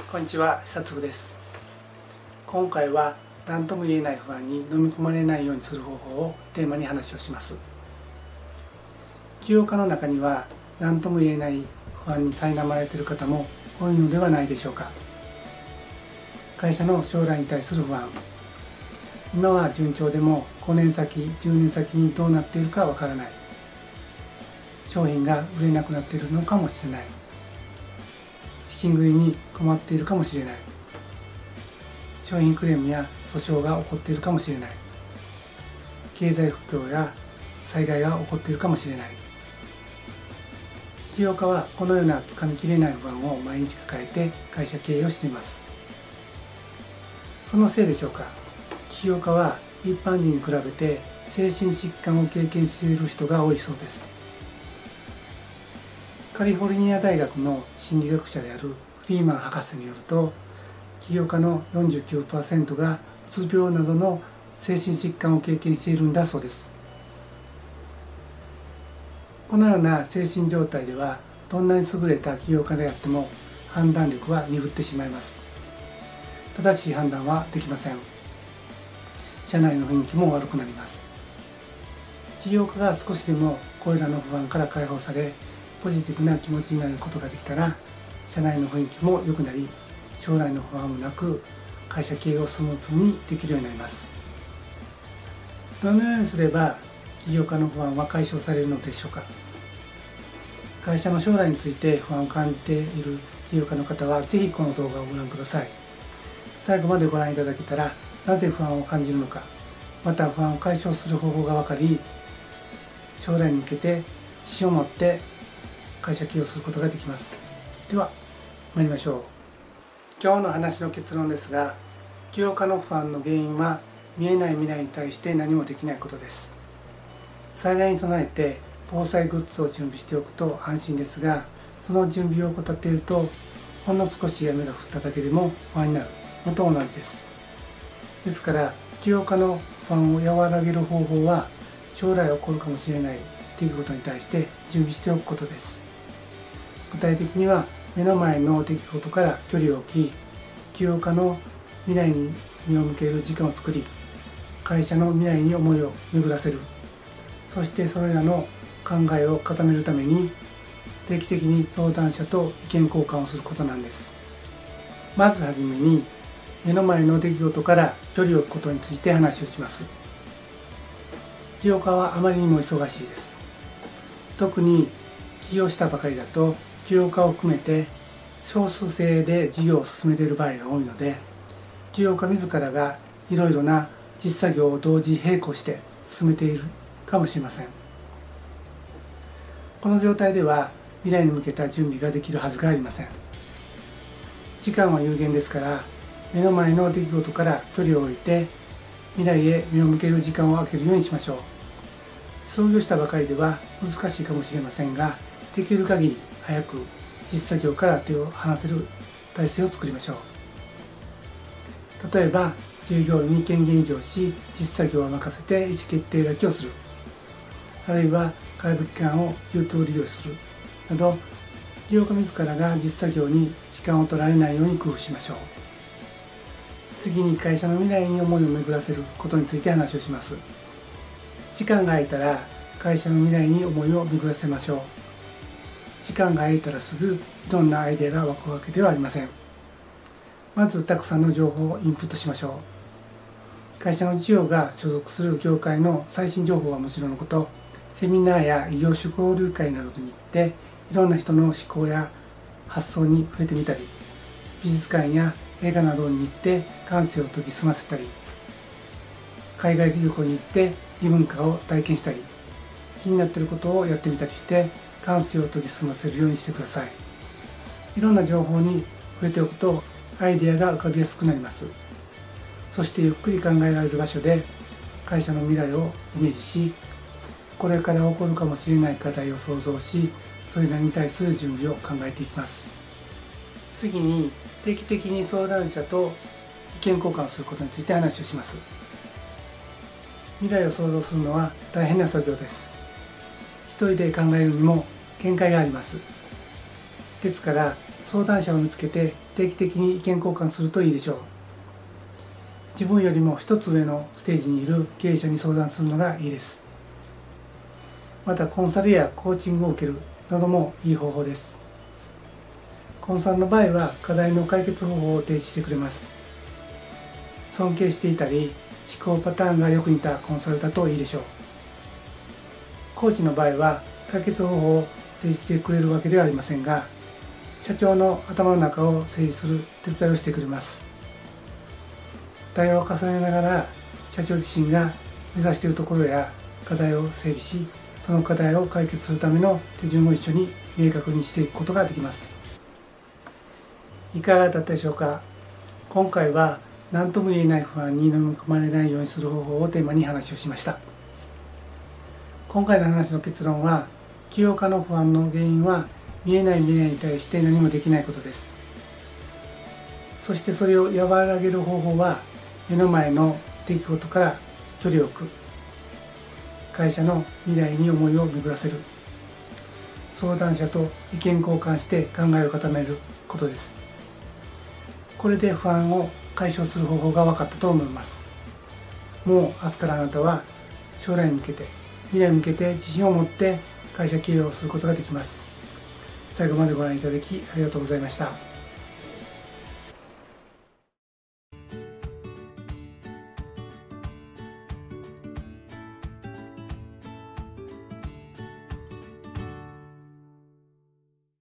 こんにちは、久嗣です。今回は何とも言えない不安に飲み込まれないようにする方法をテーマに話をします。起業家の中には何とも言えない不安に苛まれている方も多いのではないでしょうか。会社の将来に対する不安、今は順調でも5年先、10年先にどうなっているかわからない、商品が売れなくなっているのかもしれない、資金繰りに困っているかもしれない、商品クレームや訴訟が起こっているかもしれない、経済不況や災害が起こっているかもしれない。起業家はこのようなつかみきれない不安を毎日抱えて会社経営をしています。そのせいでしょうか、起業家は一般人に比べて精神疾患を経験している人が多いそうです。カリフォルニア大学の心理学者であるフリーマン博士によると、起業家の 49% がうつ病などの精神疾患を経験しているんだそうです。このような精神状態ではどんなに優れた起業家であっても判断力は鈍ってしまいます。正しい判断はできません。社内の雰囲気も悪くなります。起業家が少しでもこれらの不安から解放され、ポジティブな気持ちになることができたら、社内の雰囲気も良くなり、将来の不安もなく会社経営をスムーズにできるようになります。どのようにすれば起業家の不安は解消されるのでしょうか。会社の将来について不安を感じている起業家の方はぜひこの動画をご覧ください。最後までご覧いただけたら、なぜ不安を感じるのか、また不安を解消する方法が分かり、将来に向けて自信を持って会社経営をすることができます。では参りましょう。今日の話の結論ですが、起業家の不安の原因は見えない未来に対して何もできないことです。災害に備えて防災グッズを準備しておくと安心ですが、その準備を怠っていると、ほんの少し雨が降っただけでも不安になるのと同じです。ですから起業家の不安を和らげる方法は、将来起こるかもしれない出来事に対して準備しておくことです。具体的には、目の前の出来事から距離を置き、起業家の未来に目を向ける時間を作り、会社の未来に思いを巡らせる。そしてそれらの考えを固めるために定期的に相談者と意見交換をすることなんです。まずはじめに、目の前の出来事から距離を置くことについて話をします。起業家はあまりにも忙しいです。特に起業したばかりだと、起業家を含めて少数制で事業を進めている場合が多いので、起業家自らがいろいろな実作業を同時並行して進めているかもしれません。この状態では未来に向けた準備ができるはずがありません。時間は有限ですから、目の前の出来事から距離を置いて未来へ目を向ける時間を空けるようにしましょう。創業したばかりでは難しいかもしれませんが、できる限り早く実作業から手を離せる体制を作りましょう。例えば、従業員に権限移譲し、実作業を任せて意思決定だけをする。あるいは外部機関を有効利用するなど、起業家自らが実作業に時間を取られないように工夫しましょう。次に、会社の未来に思いを巡らせることについて話をします。時間が空いたら会社の未来に思いを巡らせましょう。時間が空いたらすぐいろんなアイデアが湧くわけではありません。まずたくさんの情報をインプットしましょう。会社の事業が所属する業界の最新情報はもちろんのこと、セミナーや異業種交流会などに行っていろんな人の思考や発想に触れてみたり、美術館や映画などに行って感性を研ぎ澄ませたり、海外旅行に行って異文化を体験したり、気になっていることをやってみたりして感性を研ぎ澄ませるようにしてください。いろんな情報に触れておくとアイデアが浮かびやすくなります。そしてゆっくり考えられる場所で会社の未来をイメージし、これから起こるかもしれない課題を想像し、それらに対する準備を考えていきます。次に、定期的に相談者と意見交換をすることについて話をします。未来を想像するのは大変な作業です。一人で考えるにも限界があります。 ですから相談者を見つけて定期的に意見交換するといいでしょう。自分よりも一つ上のステージにいる経営者に相談するのがいいです。またコンサルやコーチングを受けるなどもいい方法です。コンサルの場合は課題の解決方法を提示してくれます。尊敬していたり思考パターンがよく似たコンサルだといいでしょう。コーチの場合は解決方法を提示してくれるわけではありませんが、社長の頭の中を整理する手伝いをしてくれます。対話を重ねながら社長自身が目指しているところや課題を整理し、その課題を解決するための手順を一緒に明確にしていくことができます。いかがだったでしょうか。今回は何とも言えない不安に飲み込まれないようにする方法をテーマに話をしました。今回の話の結論は、起業家の不安の原因は見えない未来に対して何もできないことです。そしてそれを和らげる方法は、目の前の出来事から距離を置く、会社の未来に思いを巡らせる、相談者と意見交換して考えを固めることです。これで不安を解消する方法が分かったと思います。もう明日からあなたは将来に向けて、未来に向けて自信を持って会社経営をすることができます。最後までご覧いただきありがとうございました。